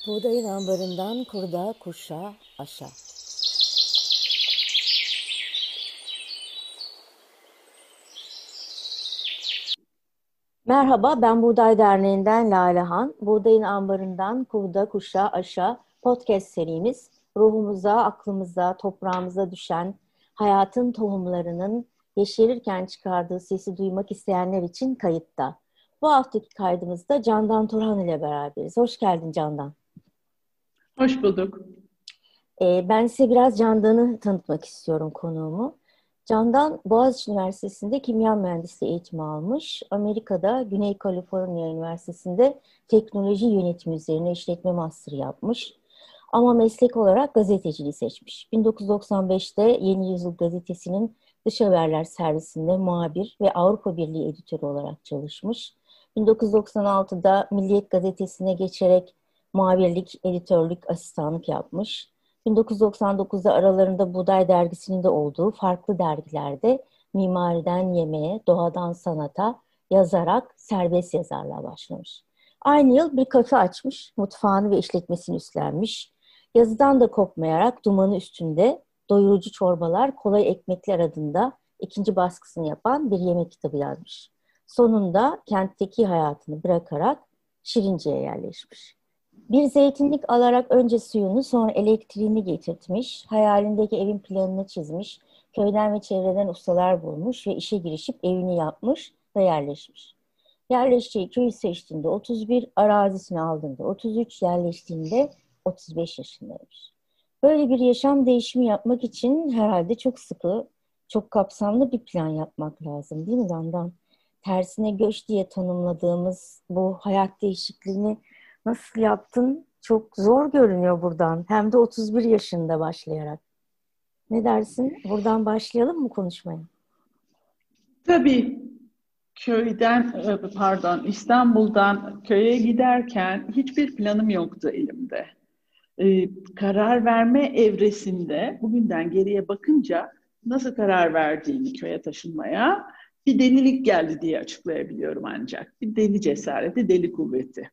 Buğdayın ambarından kurda kuşa aşa. Merhaba, ben Buğday Derneği'nden Lale Han. Buğdayın ambarından kurda kuşa aşa podcast serimiz ruhumuza, aklımıza, toprağımıza düşen hayatın tohumlarının yeşerirken çıkardığı sesi duymak isteyenler için kayıtta. Bu haftaki kaydımızda Candan Turhan ile beraberiz. Hoş geldin Candan. Hoş bulduk. Ben size biraz Candan'ı tanıtmak istiyorum konuğumu. Candan Boğaziçi Üniversitesi'nde kimya mühendisliği eğitimi almış. Amerika'da Güney Kaliforniya Üniversitesi'nde teknoloji yönetimi üzerine işletme master'ı yapmış. Ama meslek olarak gazeteciliği seçmiş. 1995'te Yeni Yüzyıl Gazetesi'nin dış haberler servisinde muhabir ve Avrupa Birliği editörü olarak çalışmış. 1996'da Milliyet Gazetesi'ne geçerek muhabirlik, editörlük, asistanlık yapmış. 1999'da aralarında Buğday Dergisi'nin de olduğu farklı dergilerde mimariden yemeğe, doğadan sanata yazarak serbest yazarlığa başlamış. Aynı yıl bir kafe açmış, mutfağını ve işletmesini üstlenmiş. Yazıdan da kopmayarak dumanı üstünde doyurucu çorbalar, kolay ekmekler adında ikinci baskısını yapan bir yemek kitabı yazmış. Sonunda kentteki hayatını bırakarak Şirince'ye yerleşmiş. Bir zeytinlik alarak önce suyunu sonra elektriğini getirtmiş, hayalindeki evin planını çizmiş, köyden ve çevreden ustalar bulmuş ve işe girişip evini yapmış ve yerleşmiş. Yerleşeceği köyü seçtiğinde 31, arazisini aldığında 33, yerleştiğinde 35 yaşındaymış. Böyle bir yaşam değişimi yapmak için herhalde çok sıkı, çok kapsamlı bir plan yapmak lazım değil mi Dandan? Tersine göç diye tanımladığımız bu hayat değişikliğini nasıl yaptın? Çok zor görünüyor buradan. Hem de 31 yaşında başlayarak. Ne dersin? Buradan başlayalım mı konuşmaya? Tabii İstanbul'dan köye giderken hiçbir planım yoktu elimde. Karar verme evresinde bugünden geriye bakınca nasıl karar verdiğimi köye taşınmaya bir delilik geldi diye açıklayabiliyorum ancak. Bir deli cesareti, deli kuvveti.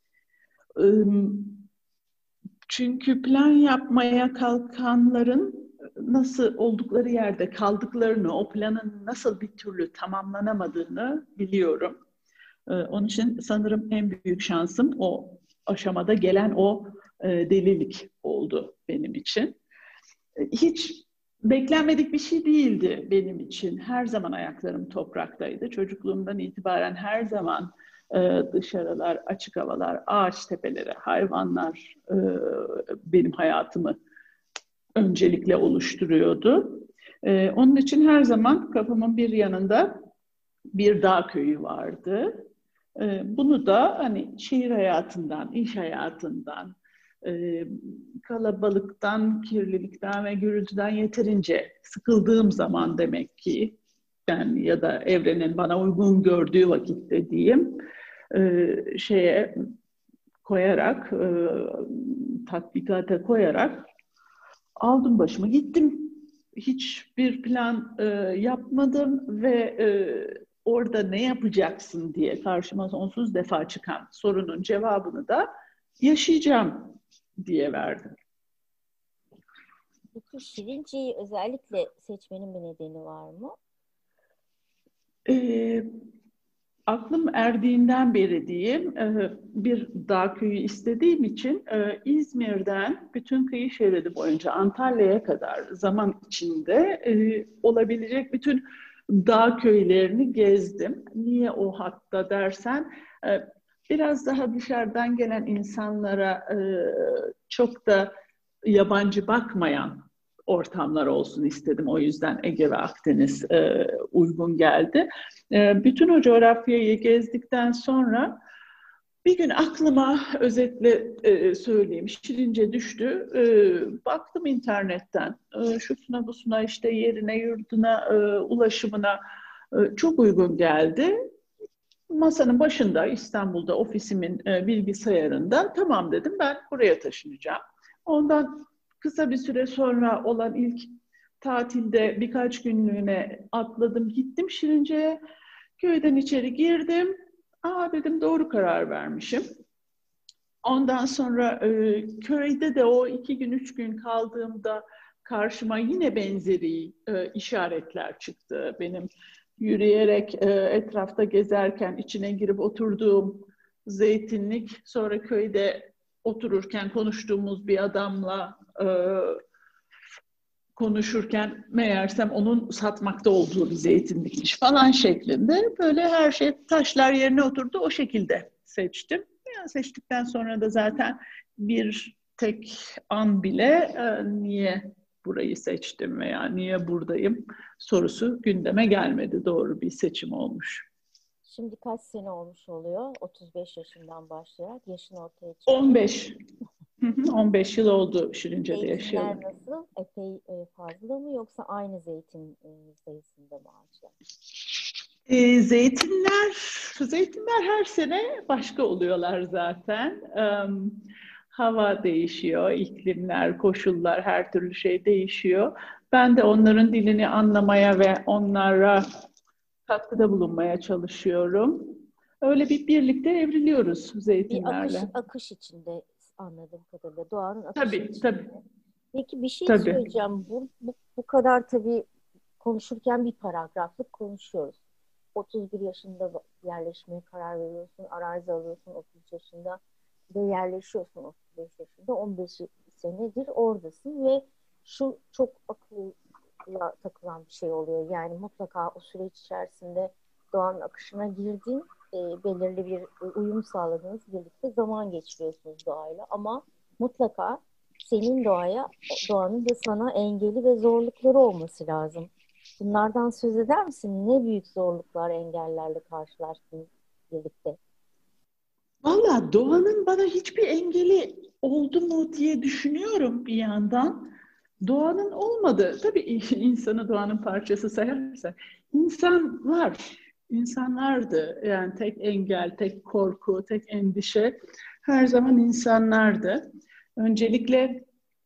Çünkü plan yapmaya kalkanların nasıl oldukları yerde kaldıklarını, o planın nasıl bir türlü tamamlanamadığını biliyorum. Onun için sanırım en büyük şansım o aşamada gelen o delilik oldu benim için. Hiç beklenmedik bir şey değildi benim için. Her zaman ayaklarım topraktaydı. Çocukluğumdan itibaren her zaman dışarılar, açık havalar, ağaç tepeleri, hayvanlar benim hayatımı öncelikle oluşturuyordu. Onun için her zaman kafamın bir yanında bir dağ köyü vardı. Bunu da hani şehir hayatından, iş hayatından, kalabalıktan, kirlilikten ve gürültüden yeterince sıkıldığım zaman demek ki ben ya da evrenin bana uygun gördüğü vakitte diyeyim şeye koyarak, tatbikata koyarak aldım başımı gittim. Hiçbir plan yapmadım ve orada ne yapacaksın diye karşıma sonsuz defa çıkan sorunun cevabını da yaşayacağım diye verdim. Peki Şirince'yi özellikle seçmenin bir nedeni var mı? Aklım erdiğinden beri diyeyim bir dağ köyü istediğim için İzmir'den bütün kıyı şeridi boyunca Antalya'ya kadar zaman içinde olabilecek bütün dağ köylerini gezdim. Niye o hatta dersen biraz daha dışarıdan gelen insanlara çok da yabancı bakmayan ortamlar olsun istedim. O yüzden Ege ve Akdeniz uygun geldi. Bütün o coğrafyayı gezdikten sonra bir gün aklıma özetle söyleyeyim, Şirince düştü. Baktım internetten, şusuna busuna işte yerine, yurduna, ulaşımına çok uygun geldi. Masanın başında İstanbul'da ofisimin bilgisayarında tamam dedim ben buraya taşınacağım. Ondan kısa bir süre sonra olan ilk tatilde birkaç günlüğüne atladım gittim Şirince'ye. Köyden içeri girdim. Aa dedim doğru karar vermişim. Ondan sonra köyde de o 2 gün 3 gün kaldığımda karşıma yine benzeri işaretler çıktı. Benim yürüyerek etrafta gezerken içine girip oturduğum zeytinlik, sonra köyde otururken konuştuğumuz bir adamla konuşurken meğersem onun satmakta olduğu bir zeytinlikmiş falan şeklinde. Böyle her şey, taşlar yerine oturdu, o şekilde seçtim. Yani seçtikten sonra da zaten bir tek an bile niye burayı seçtim veya niye buradayım sorusu gündeme gelmedi. Doğru bir seçim olmuş. Şimdi kaç sene olmuş oluyor? 35 yaşından başlayarak yaşın ortaya çıktı. 15. 15 yıl oldu Şirince'de yaşayalım. Zeytinler nasıl? Epey fazla mı yoksa aynı zeytin sayısında mı ağaçlar? Zeytinler her sene başka oluyorlar zaten. Hava değişiyor, iklimler, koşullar, her türlü şey değişiyor. Ben de onların dilini anlamaya ve onlara katkıda bulunmaya çalışıyorum. Öyle birlikte evriliyoruz zeytinlerle. Bir akış içinde anladığım kadarıyla. Doğanın akışı Tabii, içinde. tabii. Peki bir şey Tabii. söyleyeceğim. Bu kadar tabii konuşurken bir paragraflık konuşuyoruz. 31 yaşında yerleşmeye karar veriyorsun, arazi alıyorsun 30 yaşında ve yerleşiyorsun 35 yaşında, 15 senedir oradasın ve şu çok akılla takılan bir şey oluyor. Yani mutlaka o süreç içerisinde doğanın akışına girdin, belirli bir uyum sağladınız, birlikte zaman geçiriyorsunuz doğayla ama mutlaka senin doğanın da sana engeli ve zorlukları olması lazım. Bunlardan söz eder misin? Ne büyük zorluklar, engellerle karşılaştınız birlikte? Valla doğanın bana hiçbir engeli oldu mu diye düşünüyorum bir yandan. Doğanın olmadı. Tabii insanı doğanın parçası sayarsak. İnsan var. İnsanlardı. Yani tek engel, tek korku, tek endişe her zaman insanlardı. Öncelikle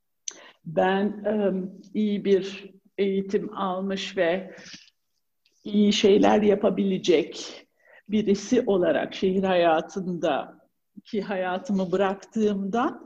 ben iyi bir eğitim almış ve iyi şeyler yapabilecek birisi olarak şehir hayatındaki hayatımı bıraktığımda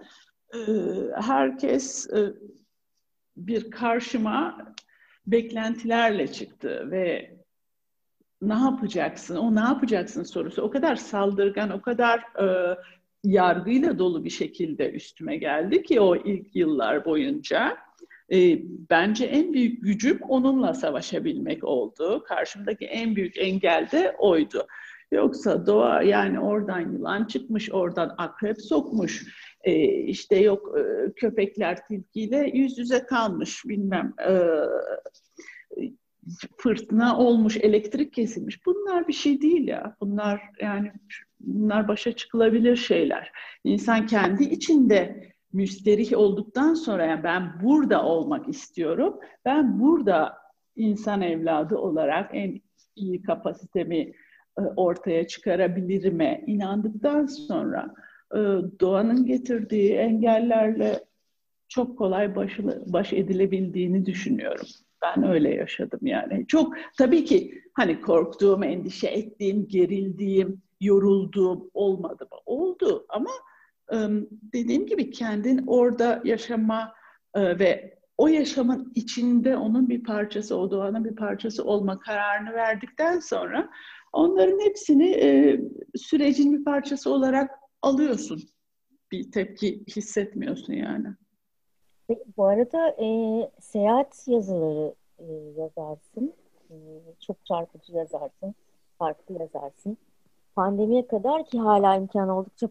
herkes bir karşıma beklentilerle çıktı ve ne yapacaksın, o ne yapacaksın sorusu o kadar saldırgan, o kadar yargıyla dolu bir şekilde üstüme geldi ki o ilk yıllar boyunca. Bence en büyük gücüm onunla savaşabilmek oldu. Karşımdaki en büyük engel de oydu. Yoksa doğa yani oradan yılan çıkmış, oradan akrep sokmuş, işte yok köpekler tilkiyle yüz yüze kalmış bilmem fırtına olmuş, elektrik kesilmiş. Bunlar bir şey değil ya. Bunlar başa çıkılabilir şeyler. İnsan kendi içinde müsterih olduktan sonra yani ben burada olmak istiyorum. Ben burada insan evladı olarak en iyi kapasitemi ortaya çıkarabilirime inandıktan sonra doğanın getirdiği engellerle çok kolay baş edilebildiğini düşünüyorum. Ben öyle yaşadım yani. Çok tabii ki hani korktuğum, endişe ettiğim, gerildiğim, yorulduğum olmadı mı? Oldu ama dediğim gibi kendin orada yaşama ve o yaşamın içinde onun bir parçası, o doğanın bir parçası olma kararını verdikten sonra onların hepsini sürecin bir parçası olarak alıyorsun. Bir tepki hissetmiyorsun yani. Bu arada seyahat yazıları yazarsın. Çok çarpıcı yazarsın. Farklı yazarsın. Pandemiye kadar ki hala imkan oldukça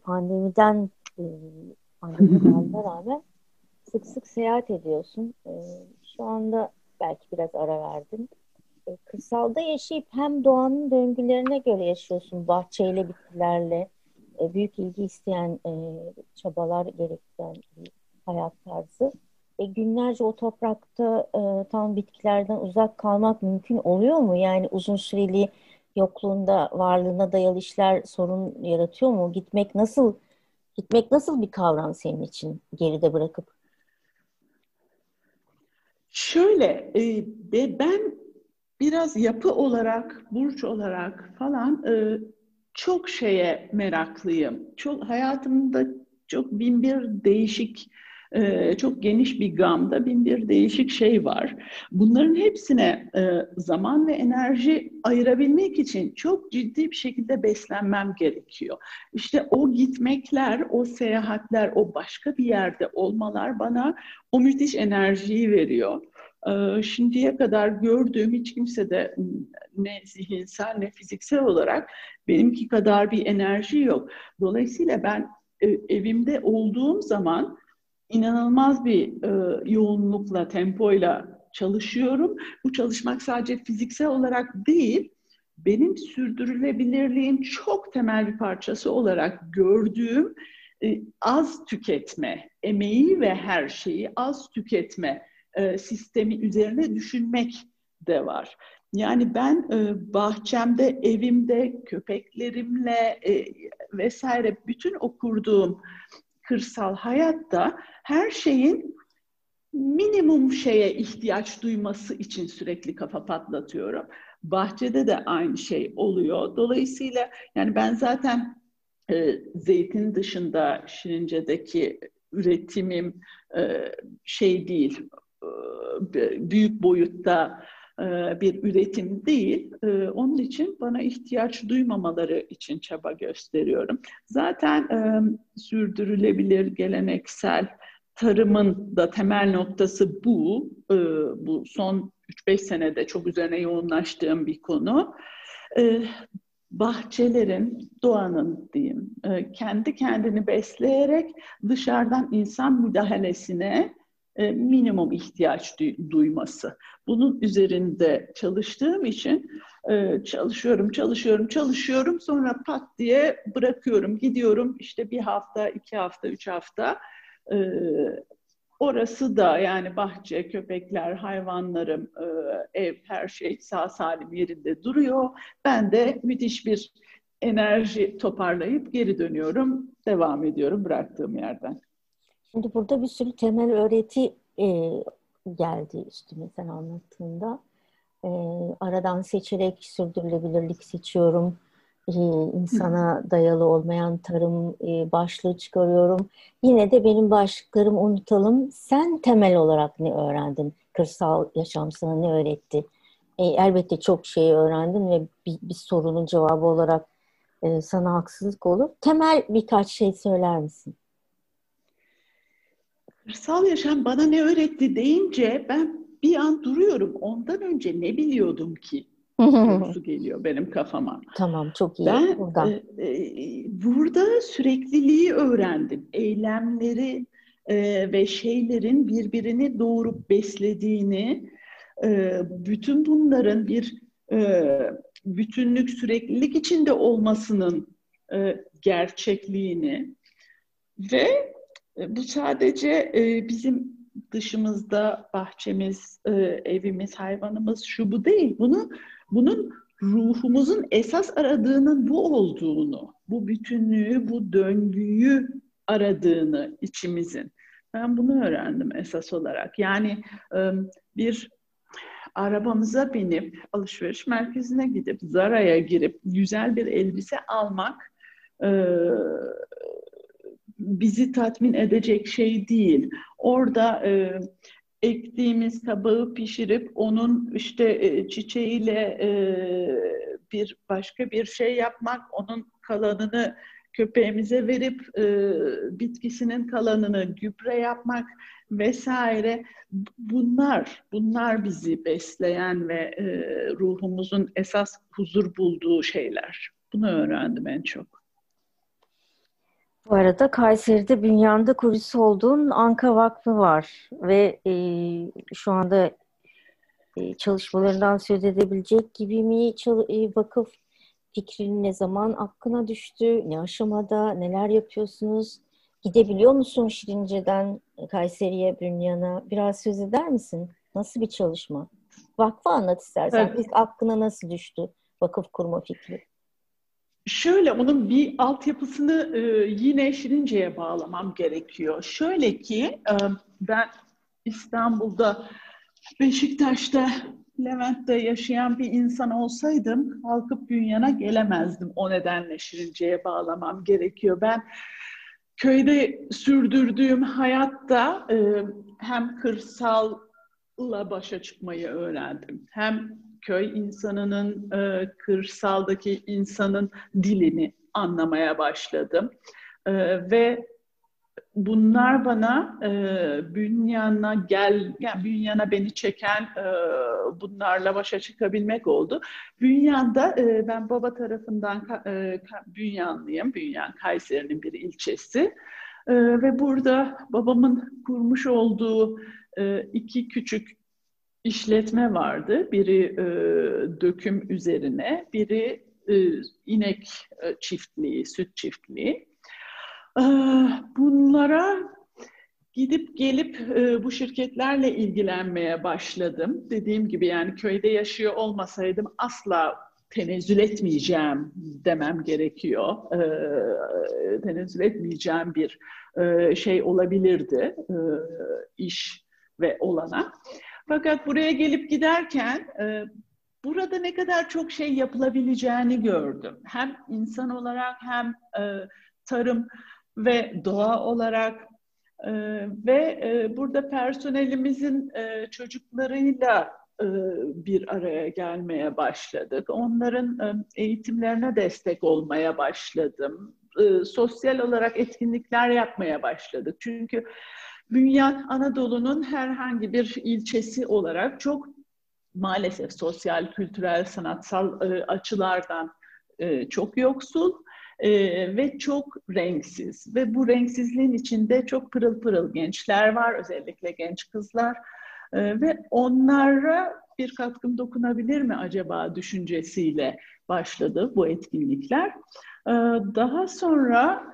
pandemi haline rağmen sık sık seyahat ediyorsun. Şu anda belki biraz ara verdin. Kırsalda yaşayıp hem doğanın döngülerine göre yaşıyorsun. Bahçeyle, bitkilerle. Büyük ilgi isteyen, çabalar gerektiren bir hayat tarzı. Günlerce o toprakta tam bitkilerden uzak kalmak mümkün oluyor mu? Yani uzun süreli yokluğunda varlığına dayalı işler sorun yaratıyor mu? Gitmek nasıl bir kavram senin için geride bırakıp? Şöyle, ben biraz yapı olarak, burç olarak falan çok şeye meraklıyım. Çok hayatımda çok bin bir değişik, çok geniş bir gamda bin bir değişik şey var. Bunların hepsine zaman ve enerji ayırabilmek için çok ciddi bir şekilde beslenmem gerekiyor. İşte o gitmekler, o seyahatler, o başka bir yerde olmalar bana o müthiş enerjiyi veriyor. Şimdiye kadar gördüğüm hiç kimse de ne zihinsel ne fiziksel olarak benimki kadar bir enerji yok. Dolayısıyla ben evimde olduğum zaman inanılmaz bir yoğunlukla, tempoyla çalışıyorum. Bu çalışmak sadece fiziksel olarak değil, benim sürdürülebilirliğin çok temel bir parçası olarak gördüğüm az tüketme, emeği ve her şeyi az tüketme sistemi üzerine düşünmek de var. Yani ben bahçemde, evimde, köpeklerimle vesaire bütün o kurduğum kırsal hayatta her şeyin minimum şeye ihtiyaç duyması için sürekli kafa patlatıyorum. Bahçede de aynı şey oluyor. Dolayısıyla yani ben zaten zeytin dışında Şirince'deki üretimim şey değil, büyük boyutta bir üretim değil. Onun için bana ihtiyaç duymamaları için çaba gösteriyorum. Zaten sürdürülebilir, geleneksel tarımın da temel noktası bu. Bu son 3-5 senede çok üzerine yoğunlaştığım bir konu. Bahçelerin, doğanın diyeyim, kendi kendini besleyerek dışarıdan insan müdahalesine minimum ihtiyaç duyması. Bunun üzerinde çalıştığım için çalışıyorum. Sonra pat diye bırakıyorum, gidiyorum. İşte bir hafta, 2 hafta, 3 hafta. Orası da yani bahçe, köpekler, hayvanlarım, ev, her şey sağ salim yerinde duruyor. Ben de müthiş bir enerji toparlayıp geri dönüyorum, devam ediyorum bıraktığım yerden. Şimdi burada bir sürü temel öğreti geldi üstüme sen anlattığında. E, Aradan seçerek sürdürülebilirlik seçiyorum. İnsana dayalı olmayan tarım başlığı çıkarıyorum. Yine de benim başlıklarımı unutalım. Sen temel olarak ne öğrendin? Kırsal yaşam sana ne öğretti? Elbette çok şey öğrendin ve bir sorunun cevabı olarak sana haksızlık olur. Temel birkaç şey söyler misin? Kırsal yaşam bana ne öğretti deyince ben bir an duruyorum. Ondan önce ne biliyordum ki sorusu geliyor benim kafama. Tamam, çok iyi. Ben Buradan. burada sürekliliği öğrendim. Eylemleri ve şeylerin birbirini doğurup beslediğini, bütün bunların bir bütünlük, süreklilik içinde olmasının gerçekliğini ve bu sadece bizim dışımızda bahçemiz, evimiz, hayvanımız şu bu değil. Bunun ruhumuzun esas aradığının bu olduğunu, bu bütünlüğü, bu döngüyü aradığını içimizin. Ben bunu öğrendim esas olarak. Yani bir arabamıza binip alışveriş merkezine gidip Zara'ya girip güzel bir elbise almak bizi tatmin edecek şey değil. Orada ektiğimiz kabağı pişirip onun işte çiçeğiyle bir başka bir şey yapmak, onun kalanını köpeğimize verip bitkisinin kalanını gübre yapmak vesaire. Bunlar bizi besleyen ve ruhumuzun esas huzur bulduğu şeyler. Bunu öğrendim en çok. Bu arada Kayseri'de bünyanda kurucusu olduğun Anka Vakfı var ve şu anda çalışmalarından söz edebilecek gibi mi vakıf fikrin ne zaman aklına düştü, ne aşamada, neler yapıyorsunuz? Gidebiliyor musun Şirince'den Kayseri'ye, bünyana? Biraz söz eder misin? Nasıl bir çalışma? Vakfı anlat istersen. Evet. İlk aklına nasıl düştü vakıf kurma fikri? Şöyle onun bir altyapısını yine Şirince'ye bağlamam gerekiyor. Şöyle ki ben İstanbul'da, Beşiktaş'ta, Levent'te yaşayan bir insan olsaydım kalkıp Bünyan'a gelemezdim. O nedenle Şirince'ye bağlamam gerekiyor. Ben köyde sürdürdüğüm hayatta hem kırsalla başa çıkmayı öğrendim. Hem köy insanının, kırsaldaki insanın dilini anlamaya başladım. Ve bunlar bana yani Bünyan'a beni çeken bunlarla başa çıkabilmek oldu. Bünyan'da ben baba tarafından Bünyanlıyım. Bünyan Kayseri'nin bir ilçesi. Ve burada babamın kurmuş olduğu iki küçük işletme vardı. Biri döküm üzerine, biri inek çiftliği, süt çiftliği. Bunlara gidip gelip bu şirketlerle ilgilenmeye başladım. Dediğim gibi yani köyde yaşıyor olmasaydım asla tenezzül etmeyeceğim demem gerekiyor. Tenezzül etmeyeceğim bir şey olabilirdi, iş ve olanak. Fakat buraya gelip giderken burada ne kadar çok şey yapılabileceğini gördüm. Hem insan olarak hem tarım ve doğa olarak ve burada personelimizin çocuklarıyla bir araya gelmeye başladık. Onların eğitimlerine destek olmaya başladım. Sosyal olarak etkinlikler yapmaya başladık. Çünkü Bünyan Anadolu'nun herhangi bir ilçesi olarak çok maalesef sosyal, kültürel, sanatsal açılardan çok yoksul ve çok renksiz. Ve bu renksizliğin içinde çok pırıl pırıl gençler var, özellikle genç kızlar. Ve onlara bir katkım dokunabilir mi acaba düşüncesiyle başladı bu etkinlikler. Daha sonra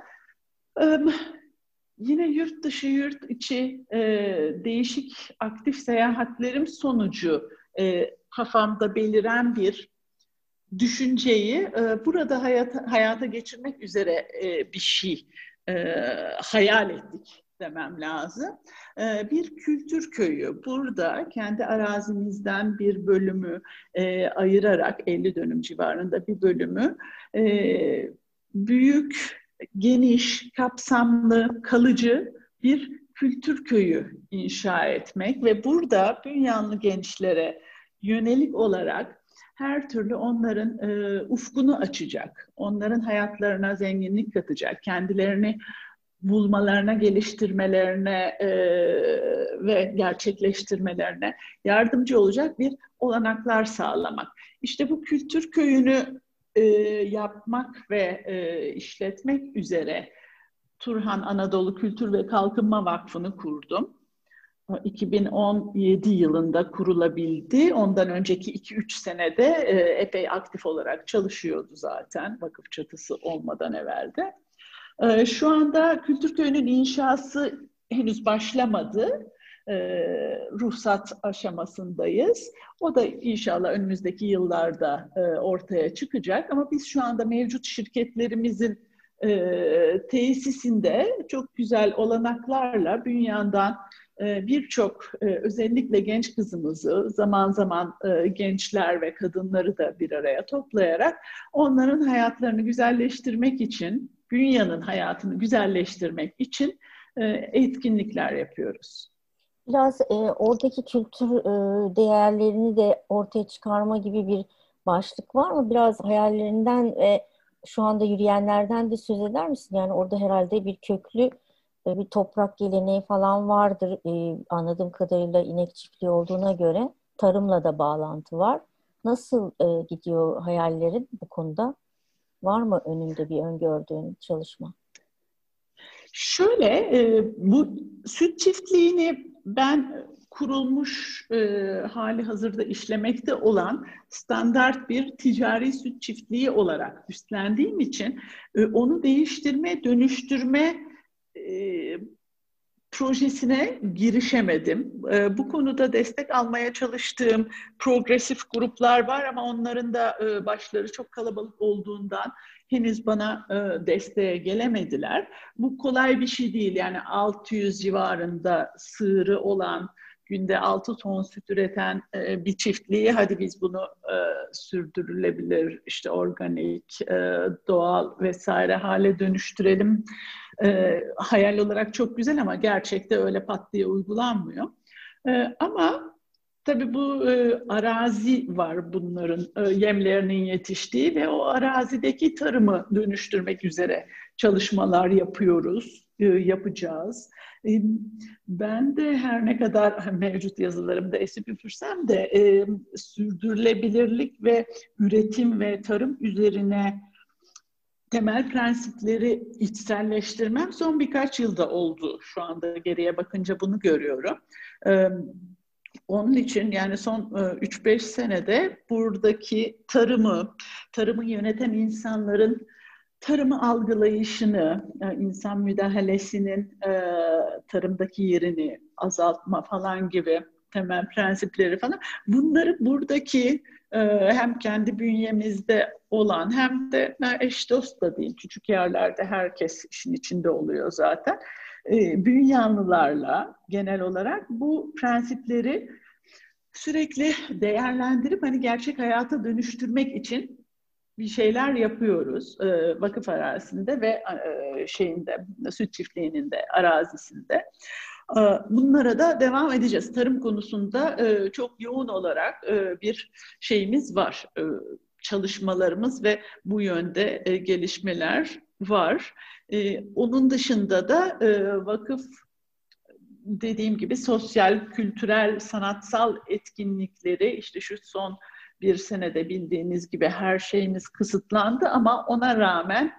yine yurt dışı, yurt içi değişik aktif seyahatlerim sonucu kafamda beliren bir düşünceyi burada hayata geçirmek üzere bir şey hayal ettik demem lazım. Bir kültür köyü. Burada kendi arazimizden bir bölümü ayırarak 50 dönüm civarında bir bölümü büyük, geniş, kapsamlı, kalıcı bir kültür köyü inşa etmek ve burada Bünyanlı gençlere yönelik olarak her türlü onların ufkunu açacak, onların hayatlarına zenginlik katacak, kendilerini bulmalarına, geliştirmelerine ve gerçekleştirmelerine yardımcı olacak bir olanaklar sağlamak. İşte bu kültür köyünü yapmak ve işletmek üzere Turhan Anadolu Kültür ve Kalkınma Vakfı'nı kurdum. 2017 yılında kurulabildi. Ondan önceki 2-3 senede epey aktif olarak çalışıyordu zaten vakıf çatısı olmadan evvelde. Şu anda Kültür Köyü'nün inşası henüz başlamadı. Ruhsat aşamasındayız. O da inşallah önümüzdeki yıllarda ortaya çıkacak. Ama biz şu anda mevcut şirketlerimizin tesisinde çok güzel olanaklarla Bünyan'dan birçok özellikle genç kızımızı, zaman zaman gençler ve kadınları da bir araya toplayarak onların hayatlarını güzelleştirmek için, Bünyan'ın hayatını güzelleştirmek için etkinlikler yapıyoruz. Biraz oradaki kültür değerlerini de ortaya çıkarma gibi bir başlık var mı? Biraz hayallerinden ve şu anda yürüyenlerden de söz eder misin? Yani orada herhalde bir köklü bir toprak geleneği falan vardır. Anladığım kadarıyla inek çiftliği olduğuna göre tarımla da bağlantı var. Nasıl gidiyor hayallerin bu konuda? Var mı önünde bir öngördüğün çalışma? Şöyle, bu süt çiftliğini ben kurulmuş hali hazırda işlemekte olan standart bir ticari süt çiftliği olarak üstlendiğim için onu değiştirme, dönüştürme projesine girişemedim. Bu konuda destek almaya çalıştığım progresif gruplar var ama onların da başları çok kalabalık olduğundan henüz bana desteğe gelemediler. Bu kolay bir şey değil. Yani 600 civarında sığırı olan, günde 6 ton süt üreten bir çiftliği hadi biz bunu sürdürülebilir, işte organik, doğal vesaire hale dönüştürelim Hayal olarak çok güzel ama gerçekte öyle pat diye uygulanmıyor. Ama tabii bu arazi var bunların yemlerinin yetiştiği ve o arazideki tarımı dönüştürmek üzere çalışmalar yapıyoruz, yapacağız. Ben de her ne kadar mevcut yazılarımda esip üfürsem de sürdürülebilirlik ve üretim ve tarım üzerine temel prensipleri içselleştirmem son birkaç yılda oldu. Şu anda geriye bakınca bunu görüyorum. Onun için yani son 3-5 senede buradaki tarımı yöneten insanların tarımı algılayışını, insan müdahalesinin tarımdaki yerini azaltma falan gibi temel prensipleri falan, bunları buradaki hem kendi bünyemizde olan hem de eş dost da değil, küçük yerlerde herkes işin içinde oluyor zaten. Bünyanlılarla genel olarak bu prensipleri sürekli değerlendirip hani gerçek hayata dönüştürmek için bir şeyler yapıyoruz vakıf arazisinde ve süt çiftliğinin de arazisinde. Bunlara da devam edeceğiz. Tarım konusunda çok yoğun olarak bir şeyimiz var. Çalışmalarımız ve bu yönde gelişmeler var. Onun dışında da vakıf dediğim gibi sosyal, kültürel, sanatsal etkinlikleri işte şu son bir senede bildiğiniz gibi her şeyimiz kısıtlandı ama ona rağmen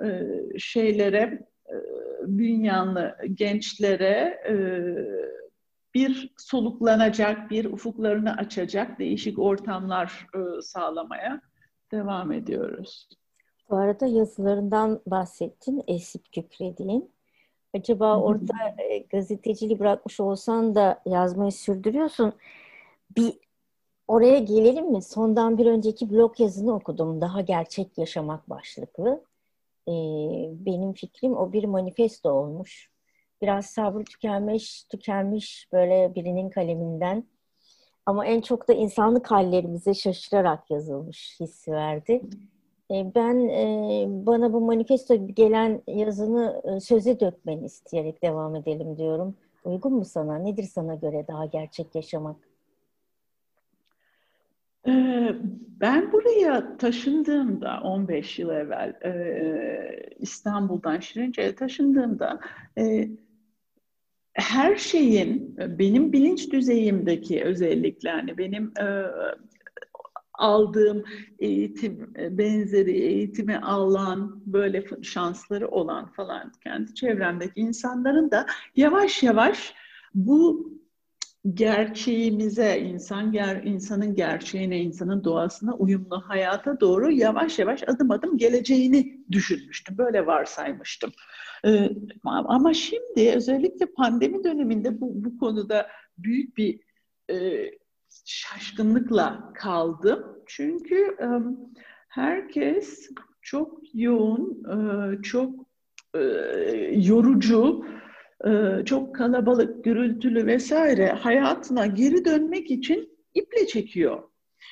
bünyanlı gençlere bir soluklanacak, bir ufuklarını açacak değişik ortamlar sağlamaya devam ediyoruz. Bu arada yazılarından bahsettin, esip kükrediğin. Acaba orada gazeteciliği bırakmış olsan da yazmayı sürdürüyorsun. Bir oraya gelelim mi? Sondan bir önceki blog yazını okudum. Daha gerçek yaşamak başlıklı. Benim fikrim o bir manifesto olmuş. Biraz sabrı tükenmiş böyle birinin kaleminden. Ama en çok da insanlık hallerimize şaşırarak yazılmış hissi verdi. Bana bu manifesto gibi gelen yazını söze dökmeni isteyerek devam edelim diyorum. Uygun mu sana? Nedir sana göre daha gerçek yaşamak? Ben buraya taşındığımda 15 yıl evvel İstanbul'dan Şirince'ye taşındığımda her şeyin benim bilinç düzeyimdeki özellikle hani benim aldığım eğitim benzeri eğitimi alan böyle şansları olan falan kendi çevremdeki insanların da yavaş yavaş bu gerçeğimize, insanın gerçeğine, insanın doğasına uyumlu hayata doğru yavaş yavaş adım adım geleceğini düşünmüştüm. Böyle varsaymıştım. Ama şimdi özellikle pandemi döneminde bu konuda büyük bir şaşkınlıkla kaldım. Çünkü herkes çok yoğun, çok yorucu, çok kalabalık, gürültülü vesaire hayatına geri dönmek için iple çekiyor.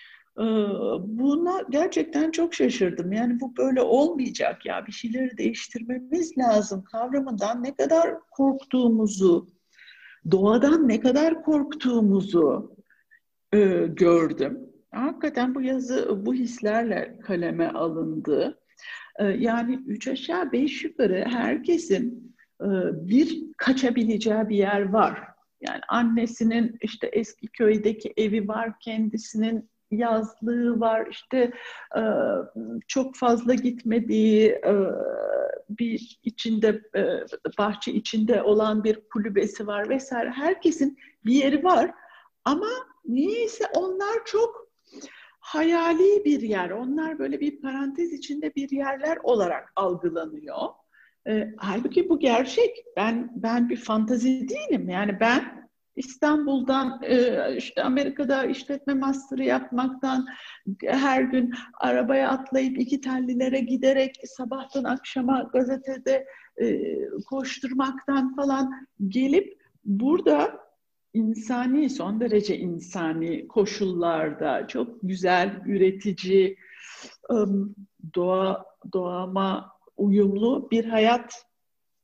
Buna gerçekten çok şaşırdım. Yani bu böyle olmayacak ya. Bir şeyleri değiştirmemiz lazım. Kavramından ne kadar korktuğumuzu, doğadan ne kadar korktuğumuzu gördüm. Hakikaten bu yazı bu hislerle kaleme alındı. Yani 3 aşağı 5 yukarı herkesin bir kaçabileceği bir yer var. Yani annesinin işte eski köydeki evi var, kendisinin yazlığı var, işte çok fazla gitmediği bir içinde bahçe içinde olan bir kulübesi var vesaire. Herkesin bir yeri var ama niyeyse onlar çok hayali bir yer. Onlar böyle bir parantez içinde bir yerler olarak algılanıyor. Halbuki bu gerçek. Ben bir fantazi değilim. Yani ben İstanbul'dan işte Amerika'da işletme master'ı yapmaktan her gün arabaya atlayıp iki tellilere giderek sabahtan akşama gazetede koşturmaktan falan gelip burada son derece insani koşullarda çok güzel, üretici, doğama uyumlu bir hayat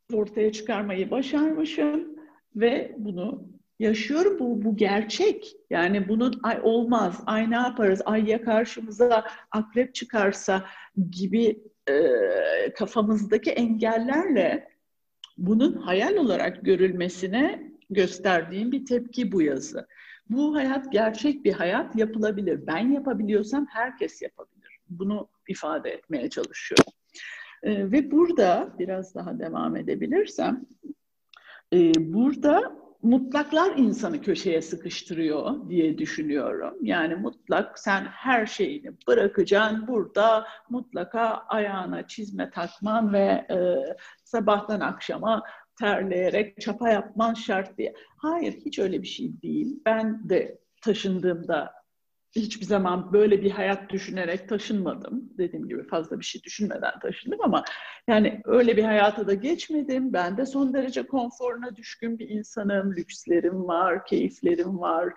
ortaya çıkarmayı başarmışım ve bunu yaşıyorum. Bu gerçek. Yani bunun ay olmaz, ay ne yaparız, ay ya karşımıza akrep çıkarsa gibi kafamızdaki engellerle bunun hayal olarak görülmesine gösterdiğim bir tepki bu yazı. Bu hayat gerçek bir hayat, yapılabilir. Ben yapabiliyorsam herkes yapabilir. Bunu ifade etmeye çalışıyorum. Ve burada biraz daha devam edebilirsem, burada mutlaklar insanı köşeye sıkıştırıyor diye düşünüyorum. Yani mutlak, sen her şeyini bırakacaksın, burada mutlaka ayağına çizme takman ve sabahtan akşama terleyerek çapa yapman şart diye. Hayır, hiç öyle bir şey değil. Ben de taşındığımda hiçbir zaman böyle bir hayat düşünerek taşınmadım. Dediğim gibi fazla bir şey düşünmeden taşındım ama yani öyle bir hayata da geçmedim. Ben de son derece konforuna düşkün bir insanım. Lükslerim var, keyiflerim var.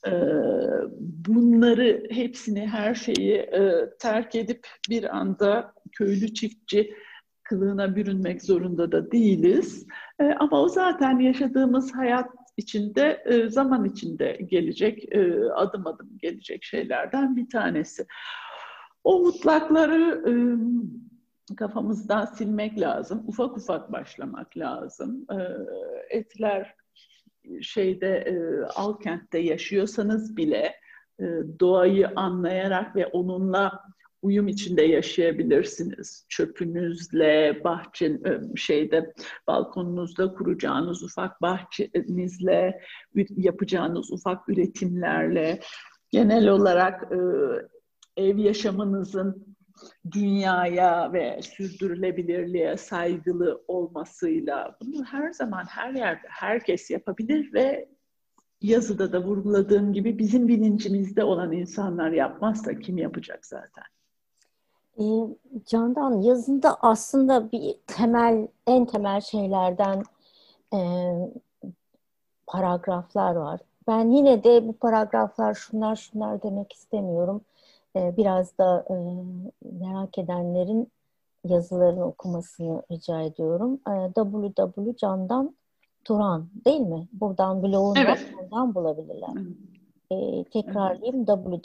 Bunları hepsini, her şeyi terk edip bir anda köylü çiftçi kılığına bürünmek zorunda da değiliz. Ama o zaten yaşadığımız hayat içinde, zaman içinde gelecek, adım adım gelecek şeylerden bir tanesi. O mutlakları kafamızdan silmek lazım. Ufak ufak başlamak lazım. Etler Alkent'te yaşıyorsanız bile doğayı anlayarak ve onunla uyum içinde yaşayabilirsiniz. Çöpünüzle, balkonunuzda kuracağınız ufak bahçenizle, yapacağınız ufak üretimlerle, genel olarak ev yaşamınızın dünyaya ve sürdürülebilirliğe saygılı olmasıyla bunu her zaman her yerde herkes yapabilir ve yazıda da vurguladığım gibi bizim bilincimizde olan insanlar yapmazsa kim yapacak zaten? Candan, yazında aslında en temel şeylerden e, paragraflar var. Ben yine de bu paragraflar şunlar demek istemiyorum. Biraz da merak edenlerin yazılarını okumasını rica ediyorum. www. Candan Turan değil mi? Buradan blogun var, Evet. buradan bulabilirler. Tekrarlayayım,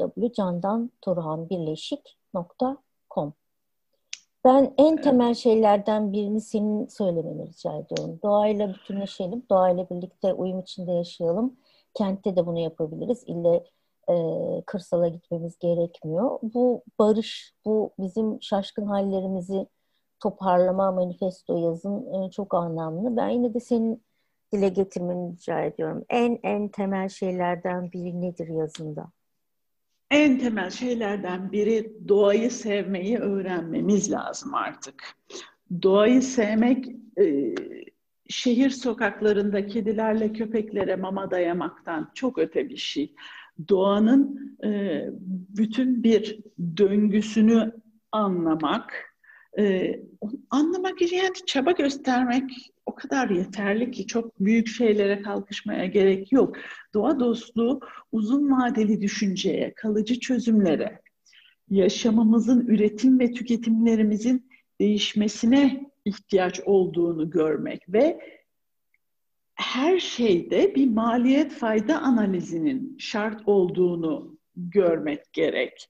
www.candanturhan.com. Ben en temel şeylerden birini senin söylemeni rica ediyorum. Doğayla bütünleşelim, doğayla birlikte uyum içinde yaşayalım. Kentte de bunu yapabiliriz. İlle kırsala gitmemiz gerekmiyor. Bu barış, bu bizim şaşkın hallerimizi toparlama manifesto yazın çok anlamlı. Ben yine de senin dile getirmeni rica ediyorum. En temel şeylerden biri nedir yazında? En temel şeylerden biri doğayı sevmeyi öğrenmemiz lazım artık. Doğayı sevmek, şehir sokaklarında kedilerle köpeklere mama dayamaktan çok öte bir şey. Doğanın bütün bir döngüsünü anlamak, anlamak için yani çaba göstermek o kadar yeterli ki çok büyük şeylere kalkışmaya gerek yok. Doğa dostluğu uzun vadeli düşünceye, kalıcı çözümlere, yaşamımızın, üretim ve tüketimlerimizin değişmesine ihtiyaç olduğunu görmek ve her şeyde bir maliyet fayda analizinin şart olduğunu görmek gerek.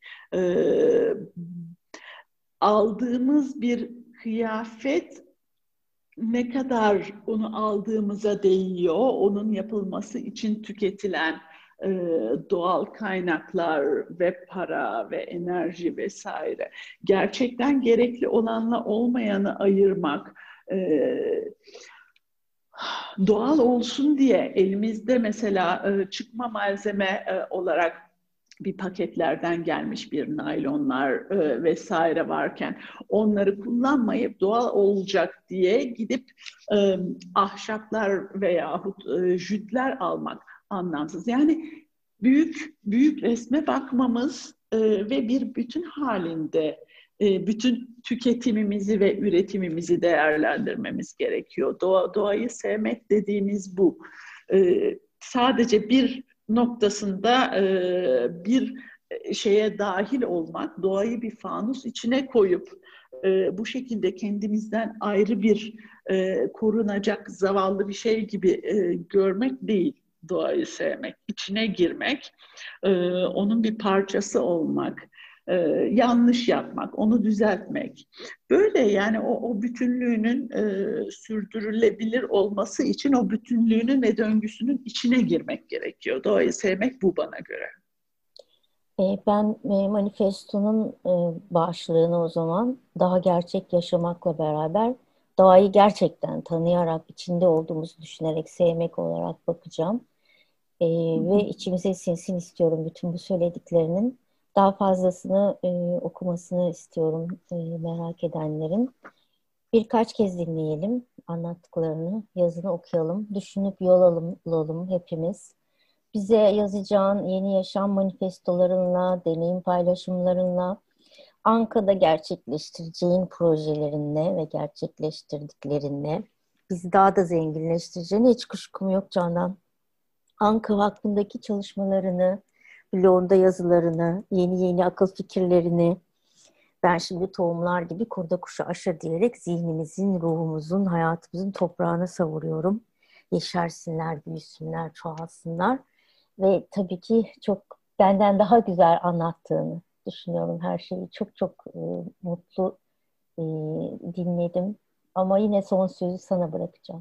Aldığımız bir kıyafet ne kadar onu aldığımıza değiyor, onun yapılması için tüketilen doğal kaynaklar ve para ve enerji vesaire. Gerçekten gerekli olanla olmayanı ayırmak, doğal olsun diye elimizde mesela çıkma malzeme olarak bir paketlerden gelmiş bir naylonlar vesaire varken onları kullanmayıp doğal olacak diye gidip ahşaplar veyahut jütler almak anlamsız. Yani büyük resme bakmamız ve bir bütün halinde bütün tüketimimizi ve üretimimizi değerlendirmemiz gerekiyor. Doğayı sevmek dediğimiz bu. Sadece bir noktasında bir şeye dahil olmak, doğayı bir fanus içine koyup bu şekilde kendimizden ayrı bir korunacak zavallı bir şey gibi görmek değil doğayı sevmek, içine girmek, onun bir parçası olmak, yanlış yapmak, onu düzeltmek. Böyle yani o bütünlüğünün sürdürülebilir olması için o bütünlüğünün ve döngüsünün içine girmek gerekiyor. Doğayı sevmek bu bana göre. Ben manifestonun başlığını o zaman daha gerçek yaşamakla beraber doğayı gerçekten tanıyarak, içinde olduğumuzu düşünerek sevmek olarak bakacağım. Ve içimize sinsin istiyorum bütün bu söylediklerinin. Daha fazlasını okumasını istiyorum merak edenlerin. Birkaç kez dinleyelim anlattıklarını, yazını okuyalım, düşünüp yol alalım hepimiz. Bize yazacağın yeni yaşam manifestolarınla, deneyim paylaşımlarınla, Anka'da gerçekleştireceğin projelerinle ve gerçekleştirdiklerinle bizi daha da zenginleştireceğine hiç kuşkum yok Candan. Anka hakkındaki çalışmalarını, blogunda yazılarını, yeni akıl fikirlerini ben şimdi tohumlar gibi kurda kuşa aşa diyerek zihnimizin, ruhumuzun, hayatımızın toprağına savuruyorum. Yeşersinler, büyüsünler, çoğalsınlar. Ve tabii ki çok benden daha güzel anlattığını düşünüyorum her şeyi. Çok mutlu e, dinledim. Ama yine son sözü sana bırakacağım.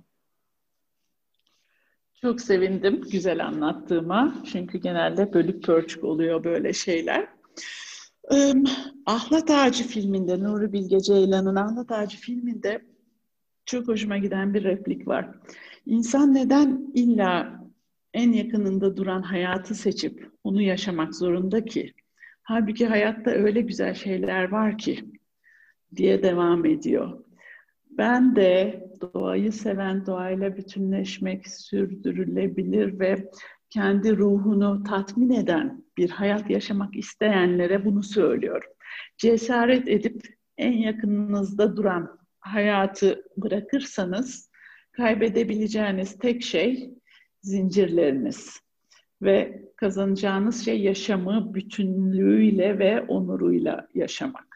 Çok sevindim güzel anlattığıma. Çünkü genelde bölük pörçük oluyor böyle şeyler. Ahlat Ağacı filminde, Nuri Bilge Ceylan'ın Ahlat Ağacı filminde çok hoşuma giden bir replik var. İnsan neden illa en yakınında duran hayatı seçip onu yaşamak zorunda ki? Halbuki hayatta öyle güzel şeyler var ki diye devam ediyor. Ben de doğayı seven, doğayla bütünleşmek, sürdürülebilir ve kendi ruhunu tatmin eden bir hayat yaşamak isteyenlere bunu söylüyorum. Cesaret edip en yakınınızda duran hayatı bırakırsanız kaybedebileceğiniz tek şey zincirleriniz ve kazanacağınız şey yaşamı bütünlüğüyle ve onuruyla yaşamak.